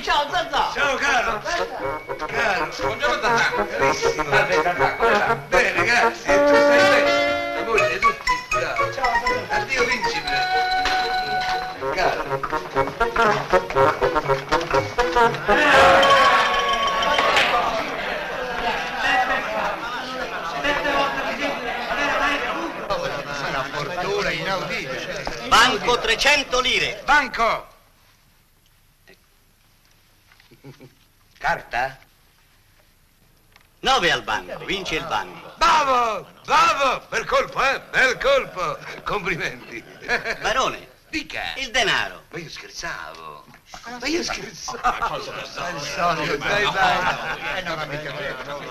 Baroni, ciao Zazà. Ciao caro. Caro. Buongiorno Zazà. Carissimo. Zazà, come va? Bene, grazie. E tu stai bene? La moglie, tutti? Bravo. Ciao Zazà. Addio, principe. Caro. Una fortuna inaudita. Banco 300 lire. Banco. Carta? 9 al banco, vince il banco. Bravo, bravo. Bel colpo, bel colpo. Complimenti. Barone, Dica. il denaro. Ma io scherzavo. Ma io scherzavo. Il solito, dai. Non ha mica vero.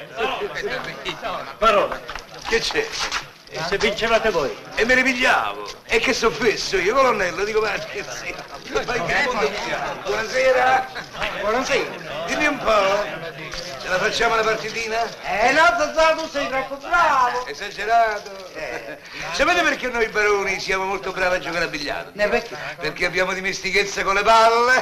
Barone. Che c'è? E se vincevate voi? E me ne pigliavo. E che so fesso io, colonnello, dico ma scherzi. Ma in che mondo siamo? Buonasera. Buonasera. Dimmi un po'. Ce la facciamo una partitina? No, Zazà, tu sei troppo bravo. Esagerato. Sapete perché noi baroni siamo molto bravi a giocare a biliardo? Perché? Perché abbiamo dimestichezza con le palle.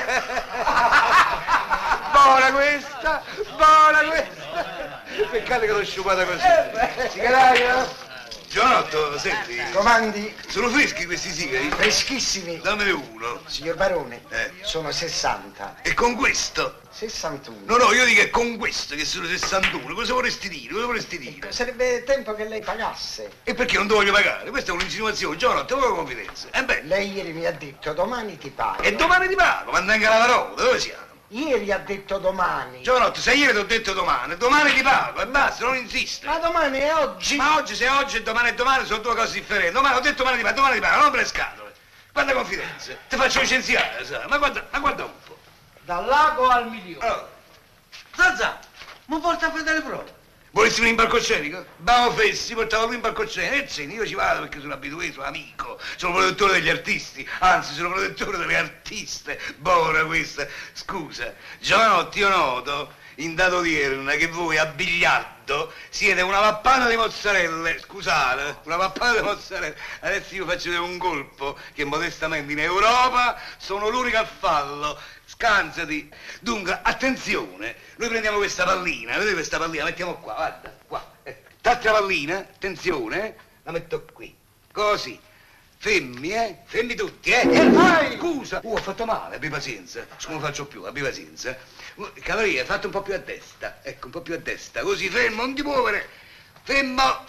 Buona questa, buona questa. Peccato che l'ho sciupata così. Sigaraio? Giovanotto, senti, Comandi? sono freschi questi sigari? Freschissimi. Dammene uno. Signor Barone, Eh. sono 60. E con questo? 61. No, io dico che con questo che sono 61. Cosa vorresti dire? Cosa vorresti dire? Sarebbe tempo che lei pagasse. E perché non ti voglio pagare? Questa è un'insinuazione, Giovanotto, vuoi confidenza? Beh, Lei ieri mi ha detto domani ti pago. e domani ti pago, mantenga la parola, dove siamo? Ieri ha detto domani. Giovanotto, se ieri ti ho detto domani ti pago e basta, non insiste. Ma domani è oggi. Ma oggi, se oggi e domani sono due cose differenti. Domani ho detto domani ti pago, non per le scatole. Guarda confidenza, ti faccio licenziare, sai? Ma guarda un po'. Dal lago al milione. Allora, Zazà, mi porta a fare delle prove. volessi un palcoscenico? Bavo Fessi portava lui in palcoscenico. E sì, io ci vado perché sono abituato, sono amico, sono protettore degli artisti, anzi sono protettore delle artiste. Buona questa. Scusa, Giovanotti, io noto, in dato odierna, che voi a biliardo siete una pappana di mozzarelle. Scusate, una pappana di mozzarelle. Adesso io faccio vedere un colpo che modestamente in Europa sono l'unico a fallo. Scansati. Dunque, attenzione, noi prendiamo questa pallina, vedete questa pallina, la mettiamo qua, guarda, qua. L'altra pallina, attenzione, la metto qui. Così. Fermi, fermi tutti, Scusa. Ho fatto male, abbi pazienza. Non lo faccio più, abbi pazienza. Cavaliere, fate un po' più a destra, ecco, un po' più a destra, così, fermo, non ti muovere. Fermo,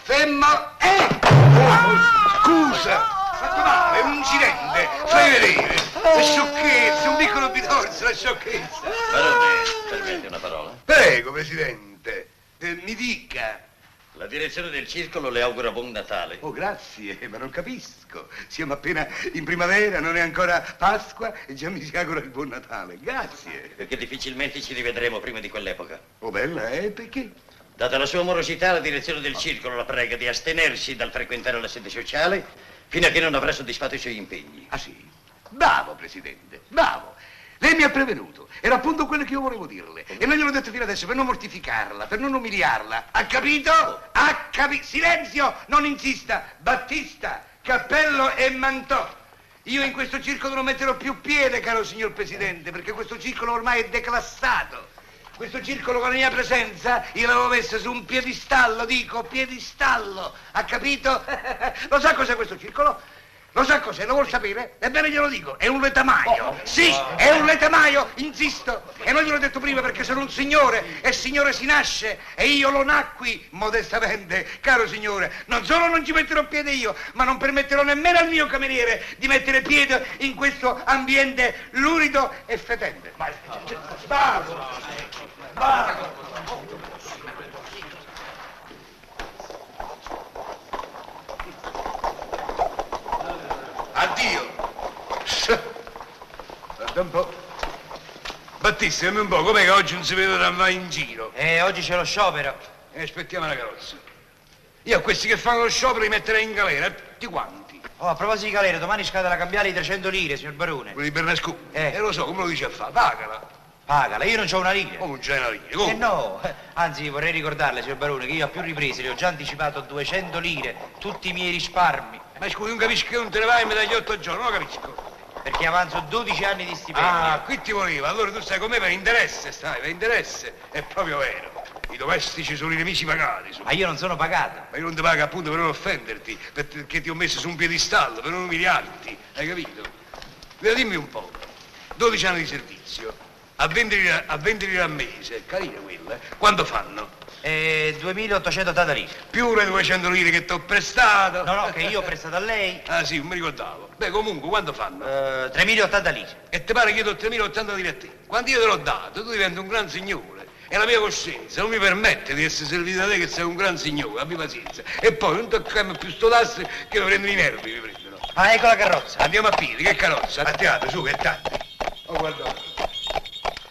Scusa. Fatto male, è un incidente, fai vedere, la sciocchezza, un piccolo bitorso, la sciocchezza. Barone, permette una parola? Prego, Presidente, mi dica. La direzione del circolo le augura buon Natale. Oh, grazie, ma non capisco. Siamo appena in primavera, non è ancora Pasqua e già mi si augura il buon Natale. Grazie. Perché difficilmente ci rivedremo prima di quell'epoca. Oh, bella, perché? Data la sua morosità, la direzione del circolo la prega di astenersi dal frequentare la sede sociale fino a che non avrà soddisfatto i suoi impegni. Ah, sì? Bravo, Presidente, bravo. Lei mi ha prevenuto, era appunto quello che io volevo dirle. E non gliel'ho detto fino adesso per non mortificarla, per non umiliarla. Ha capito? Ha capito? Silenzio, non insista. Battista, cappello e mantò. Io in questo circolo non metterò più piede, caro signor Presidente, perché questo circolo ormai è declassato. Questo circolo con la mia presenza io l'avevo messo su un piedistallo, dico, piedistallo. Ha capito? Lo sa cos'è questo circolo? Lo sa cos'è? Lo vuol sapere? Ebbene glielo dico, è un letamaio. Sì, è un letamaio, insisto. E non gliel'ho detto prima perché sono un signore e signore si nasce e io lo nacqui modestamente, caro signore. Non solo non ci metterò piede io, ma non permetterò nemmeno al mio cameriere di mettere piede in questo ambiente lurido e fetente. Bravo! Addio! Guarda un po'. Battista, dimmi un po', com'è che oggi non si vede mai in giro? Oggi c'è lo sciopero. Aspettiamo la carrozza. Io a questi che fanno lo sciopero li metterei in galera, tutti quanti. Oh, a proposito di galera, domani scade la cambiale di 300 lire, signor Barone. Quelli di Bernasconi. E lo so, come lo dice a fare? Pagala. Pagala, io non c'ho una lira. Come non c'è una lira? Come? No, anzi vorrei ricordarle, signor Barone, che io a più riprese le ho già anticipato 200 lire, tutti i miei risparmi. Ma scusi, non capisco che non te ne vai e mi dai gli 8 giorni, non lo capisco. Perché avanzo 12 anni di stipendio. Ah, qui ti voleva. Allora tu stai con me per interesse, stai, per interesse. È proprio vero. I domestici sono i nemici pagati. Ma io non sono pagato. Ma io non ti pago appunto per non offenderti, perché ti ho messo su un piedistallo, per non umiliarti. Hai capito? Dimmi un po'. 12 anni di servizio, a 20 lire al mese, carine quelle. Quanto fanno? 2.880 lire. Più le 200 lire che ti ho prestato. No, che io ho prestato a lei. Ah sì, non mi ricordavo. Beh, comunque, quanto fanno? 3.080 lire. E ti pare che io do 3.080 lire a te? Quando io te l'ho dato, tu diventi un gran signore. E la mia coscienza non mi permette di essere servito da te che sei un gran signore, abbi pazienza. E poi non toccami più sto tasse che mi prendono i nervi, mi prendono. Ah, ecco la carrozza. Andiamo a piedi, che carrozza? A teatro, su, che tanto. Oh, guarda.